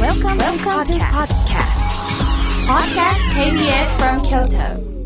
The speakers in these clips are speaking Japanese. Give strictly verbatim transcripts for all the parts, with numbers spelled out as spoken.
Welcome, Welcome to podcast. Podcast ケービーエス from Kyoto.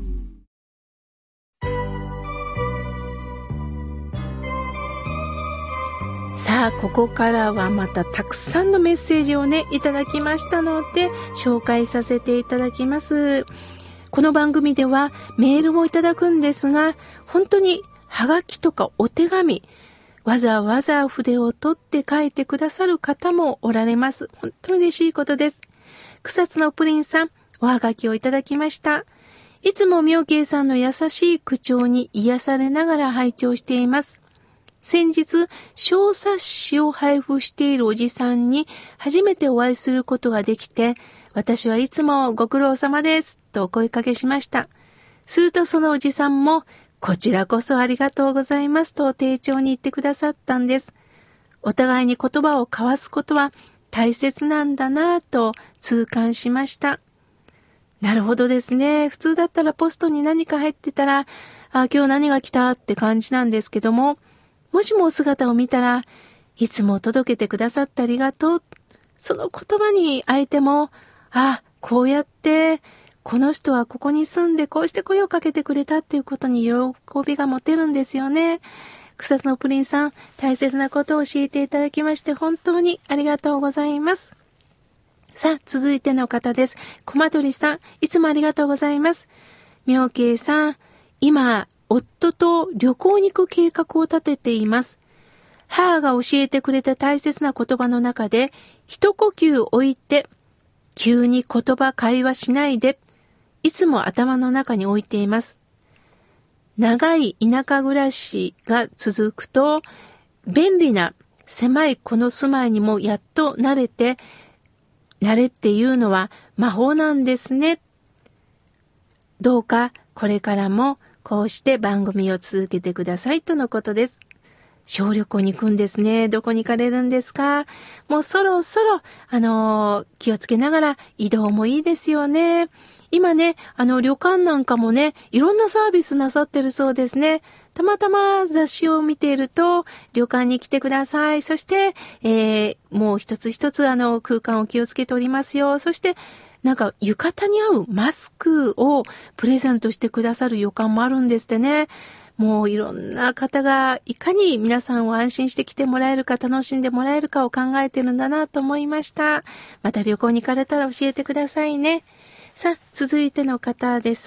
さあ、ここからはまたたくさんのメッセージをね、いただきましたので、紹介させていただきます。この番組ではメールをいただくんですが、本当にハガキとかお手紙、わざわざ筆を取って書いてくださる方もおられます。本当に嬉しいことです。草津のプリンさん、おはがきをいただきました。いつも妙慶さんの優しい口調に癒されながら拝聴しています。先日、小冊子を配布しているおじさんに初めてお会いすることができて、私はいつもご苦労様ですとお声かけしました。するとそのおじさんも、こちらこそありがとうございますと丁重に言ってくださったんです。お互いに言葉を交わすことは大切なんだなぁと痛感しました。なるほどですね。普通だったらポストに何か入ってたら、あ、今日何が来たって感じなんですけども、もしもお姿を見たら、いつも届けてくださってありがとう。その言葉に相手も、あ、こうやって、この人はここに住んでこうして声をかけてくれたっていうことに喜びが持てるんですよね。草津のプリンさん、大切なことを教えていただきまして本当にありがとうございます。さあ、続いての方です。コマドリさん、いつもありがとうございます。妙慶さん、今、夫と旅行に行く計画を立てています。母が教えてくれた大切な言葉の中で、一呼吸置いて、急に言葉会話しないで、いつも頭の中に置いています。長い田舎暮らしが続くと、便利な狭いこの住まいにもやっと慣れて、慣れっていうのは魔法なんですね。どうかこれからもこうして番組を続けてくださいとのことです。小旅行に行くんですね。どこに行かれるんですか？もうそろそろ、あのー、気をつけながら移動もいいですよね。今ね、あの、旅館なんかもね、いろんなサービスなさってるそうですね。たまたま雑誌を見ていると、旅館に来てください。そして、えー、もう一つ一つあの、空間を気をつけておりますよ。そして、なんか浴衣に合うマスクをプレゼントしてくださる旅館もあるんですってね。もういろんな方がいかに皆さんを安心して来てもらえるか楽しんでもらえるかを考えてるんだなと思いました。また旅行に行かれたら教えてくださいね。さあ、続いての方です。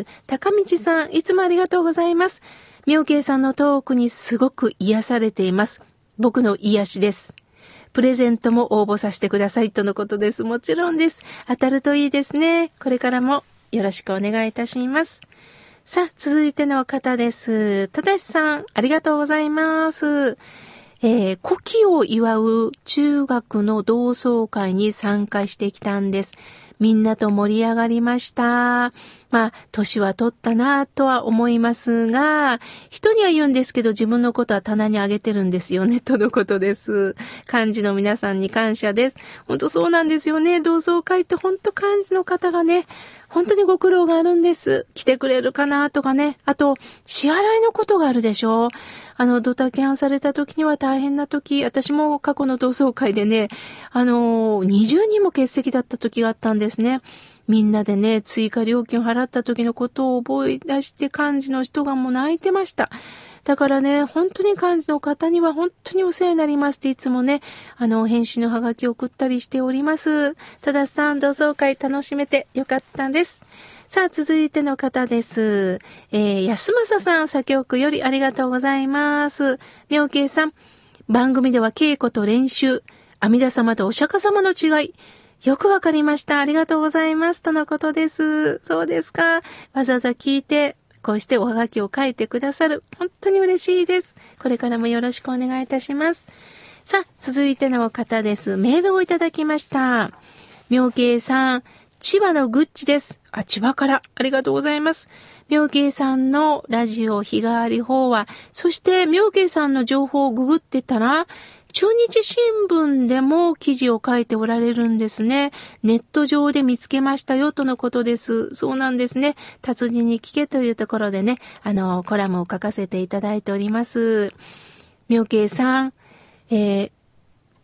高道さん、いつもありがとうございます。妙慶さんのトークにすごく癒されています。僕の癒しです。プレゼントも応募させてくださいとのことです。もちろんです。当たるといいですね。これからもよろしくお願いいたします。さあ、続いての方です。ただしさん、ありがとうございます。えー、古希を祝う中学の同窓会に参加してきたんです。みんなと盛り上がりました。まあ、年は取ったなとは思いますが、人には言うんですけど自分のことは棚にあげてるんですよね、とのことです。幹事の皆さんに感謝です。本当そうなんですよね。同窓会って本当幹事の方がね、本当にご苦労があるんです。来てくれるかなとかね。あと、支払いのことがあるでしょ。あの、ドタキャンされた時には大変な時、私も過去の同窓会でね、あの、にじゅうにんも欠席だった時があったんですね。みんなでね、追加料金を払った時のことを覚え出して幹事の人がもう泣いてました。だからね、本当に幹事の方には本当にお世話になりますっていつもね、あの、返信のハガキを送ったりしております。たださん、同窓会楽しめてよかったです。さあ、続いての方です。えー、安正さん、作曲よりありがとうございます。妙慶さん、番組では稽古と練習、阿弥陀様とお釈迦様の違い、よくわかりました。ありがとうございます。とのことです。そうですか。わざわざ聞いて、こうしておはがきを書いてくださる。本当に嬉しいです。これからもよろしくお願いいたします。さあ、続いての方です。メールをいただきました。妙慶さん、千葉のグッチです。あ、千葉からありがとうございます。妙慶さんのラジオ日替わり法話、そして妙慶さんの情報をググってたら、中日新聞でも記事を書いておられるんですね。ネット上で見つけましたよとのことです。そうなんですね。達人に聞けというところでね、あの、コラムを書かせていただいております。妙慶さん、えー、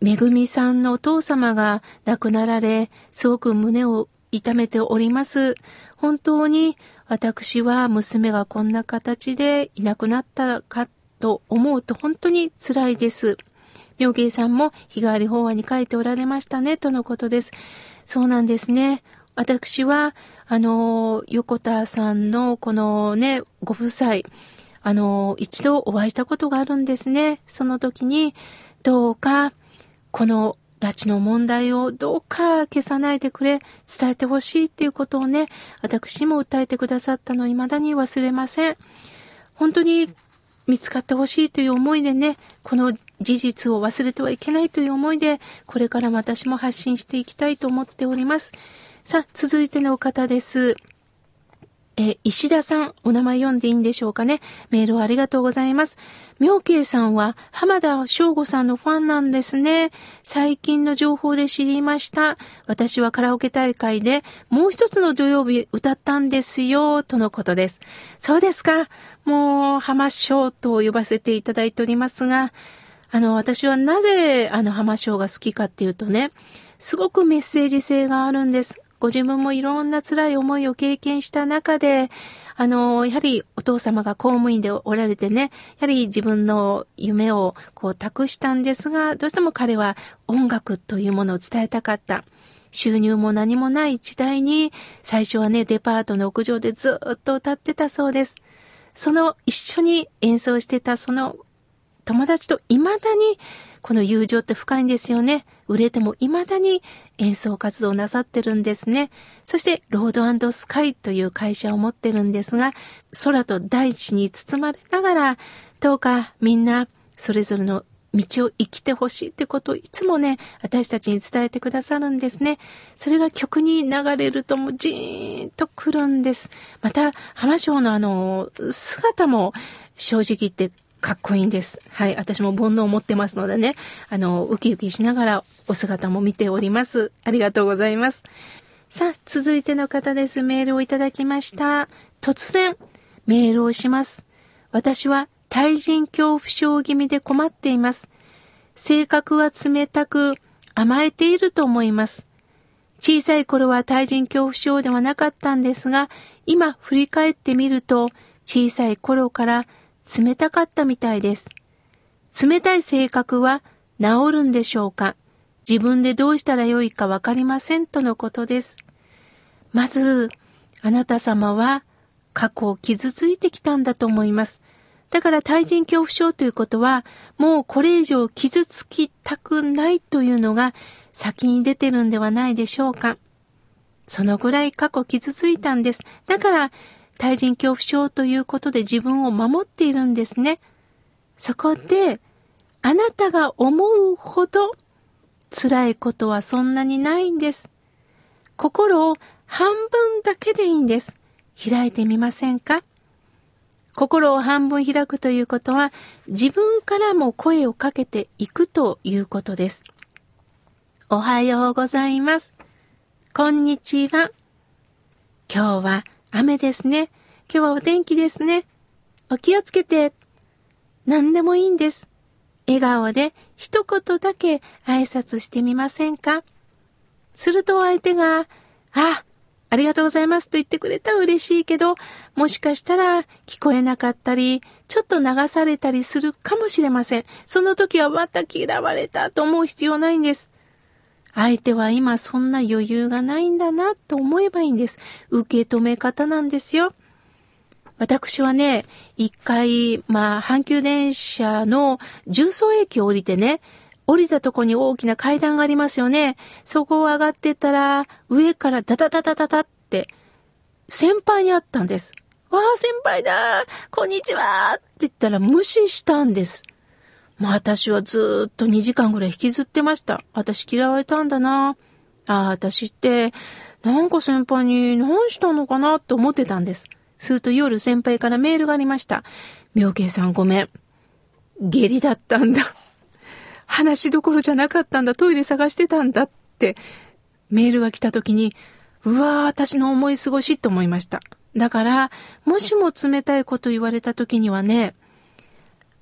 めぐみさんのお父様が亡くなられ、すごく胸を痛めております。本当に私は娘がこんな形でいなくなったかと思うと本当に辛いです。妙慶さんも日替わり法話に書いておられましたね、とのことです。そうなんですね。私は、あの、横田さんのこのね、ご夫妻、あの、一度お会いしたことがあるんですね。その時に、どうか、この拉致の問題をどうか消さないでくれ、伝えてほしいっていうことをね、私も訴えてくださったのを未だに忘れません。本当に見つかってほしいという思いでね、この事実を忘れてはいけないという思いで、これからも私も発信していきたいと思っております。さあ、続いての方です。え、石田さん、お名前読んでいいんでしょうかね。メールをありがとうございます。妙慶さんは浜田省吾さんのファンなんですね。最近の情報で知りました。私はカラオケ大会でもう一つの土曜日歌ったんですよ、とのことです。そうですか。もう浜省と呼ばせていただいておりますが、あの、私はなぜあの浜省が好きかっていうとね、すごくメッセージ性があるんです。ご自分もいろんな辛い思いを経験した中で、あの、やはりお父様が公務員でおられてね、やはり自分の夢をこう託したんですが、どうしても彼は音楽というものを伝えたかった。収入も何もない時代に、最初はね、デパートの屋上でずっと歌ってたそうです。その一緒に演奏してたその友達と未だにこの友情って深いんですよね。売れても未だに演奏活動なさってるんですね。そしてロード&スカイという会社を持ってるんですが、空と大地に包まれながら、どうかみんなそれぞれの道を生きてほしいってことをいつもね、私たちに伝えてくださるんですね。それが曲に流れるともうジーンとくるんです。また浜省のあの姿も正直言ってかっこいいんです。はい。私も煩悩を持ってますのでね。あの、ウキウキしながらお姿も見ております。ありがとうございます。さあ、続いての方です。メールをいただきました。突然、メールをします。私は対人恐怖症気味で困っています。性格は冷たく甘えていると思います。小さい頃は対人恐怖症ではなかったんですが、今振り返ってみると、小さい頃から冷たかったみたいです。冷たい性格は治るんでしょうか？自分でどうしたらよいかわかりませんとのことです。まず、あなた様は過去を傷ついてきたんだと思います。だから対人恐怖症ということは、もうこれ以上傷つきたくないというのが先に出てるんではないでしょうか。そのぐらい過去傷ついたんです。だから対人恐怖症ということで自分を守っているんですね。そこで、あなたが思うほど辛いことはそんなにないんです。心を半分だけでいいんです。開いてみませんか？心を半分開くということは、自分からも声をかけていくということです。おはようございます。こんにちは。今日は雨ですね。今日はお天気ですね。お気をつけて。何でもいいんです。笑顔で一言だけ挨拶してみませんか？すると相手が、あ、ありがとうございますと言ってくれたら嬉しいけど、もしかしたら聞こえなかったり、ちょっと流されたりするかもしれません。その時はまた嫌われたと思う必要ないんです。相手は今そんな余裕がないんだなと思えばいいんです。受け止め方なんですよ。私はね、一回、まあ、阪急電車の重曹駅を降りてね、降りたとこに大きな階段がありますよね。そこを上がってたら、上からダダダダダダって、先輩に会ったんです。わあ、先輩だ、こんにちはって言ったら無視したんです。まあ私はずっとにじかんぐらい引きずってました。私嫌われたんだな。ああ、私って、なんか先輩に何したのかなと思ってたんです。すると夜先輩からメールがありました。妙慶さんごめん。下痢だったんだ。話どころじゃなかったんだ。トイレ探してたんだってメールが来た時に、うわー、私の思い過ごしと思いました。だから、もしも冷たいこと言われた時にはね、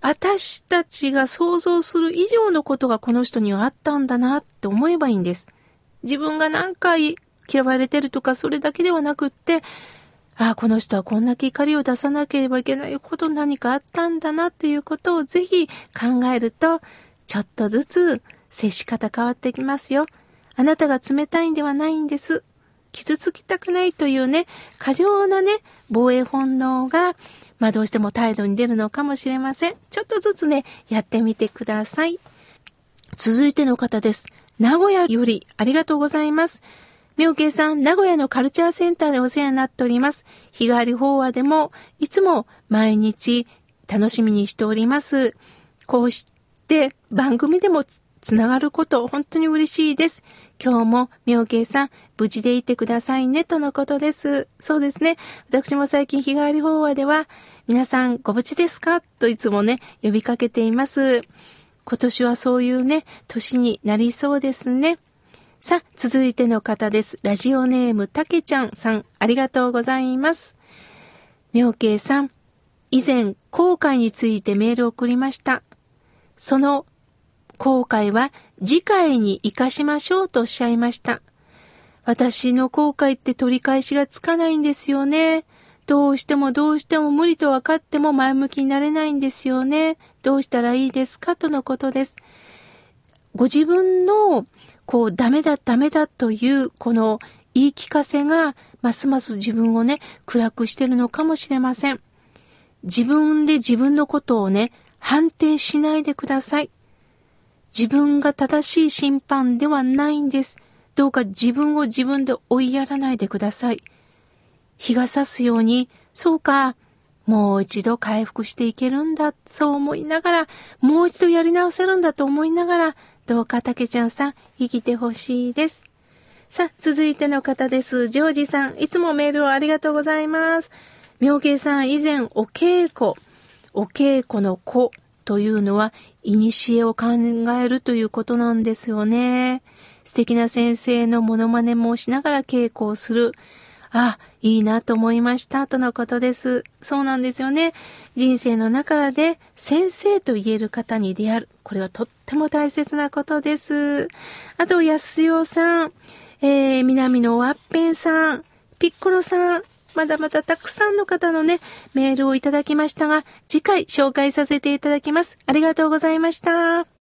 私たちが想像する以上のことがこの人にはあったんだなって思えばいいんです。自分が何回嫌われてるとかそれだけではなくって、ああ、この人はこんだけ怒りを出さなければいけないこと何かあったんだなということをぜひ考えると、ちょっとずつ接し方変わってきますよ。あなたが冷たいんではないんです。傷つきたくないというね、過剰なね、防衛本能が、まあどうしても態度に出るのかもしれません。ちょっとずつね、やってみてください。続いての方です。名古屋よりありがとうございます。妙慶さん、名古屋のカルチャーセンターでお世話になっております。日替わり法話でも、いつも毎日楽しみにしております。こうして番組でもつ、つながること、本当に嬉しいです。今日も妙慶さん、無事でいてくださいね、とのことです。そうですね。私も最近日替わり法話では、皆さんご無事ですかといつもね、呼びかけています。今年はそういうね、年になりそうですね。さあ、続いての方です。ラジオネームたけちゃんさん、ありがとうございます。妙慶さん、以前、後悔についてメールを送りました。その後悔は次回に生かしましょうとおっしゃいました。私の後悔って取り返しがつかないんですよね。どうしてもどうしても無理と分かっても前向きになれないんですよね。どうしたらいいですかとのことです。ご自分のこうダメだダメだというこの言い聞かせがますます自分をね暗くしてるのかもしれません。自分で自分のことをね判定しないでください。自分が正しい審判ではないんです。どうか自分を自分で追いやらないでください。日が差すように、そうか、もう一度回復していけるんだ、そう思いながら、もう一度やり直せるんだと思いながら、どうかたけちゃんさん、生きてほしいです。さあ、続いての方です。ジョージさん、いつもメールをありがとうございます。妙慶さん、以前、お稽古、お稽古の子というのは、古を考えるということなんですよね。素敵な先生のモノマネもしながら稽古をする。あ、いいなと思いましたとのことです。そうなんですよね。人生の中で先生と言える方に出会う。これはとっても大切なことです。あと、安代さん、えー、南のワッペンさん、ピッコロさん、まだまだたくさんの方のね、メールをいただきましたが、次回紹介させていただきます。ありがとうございました。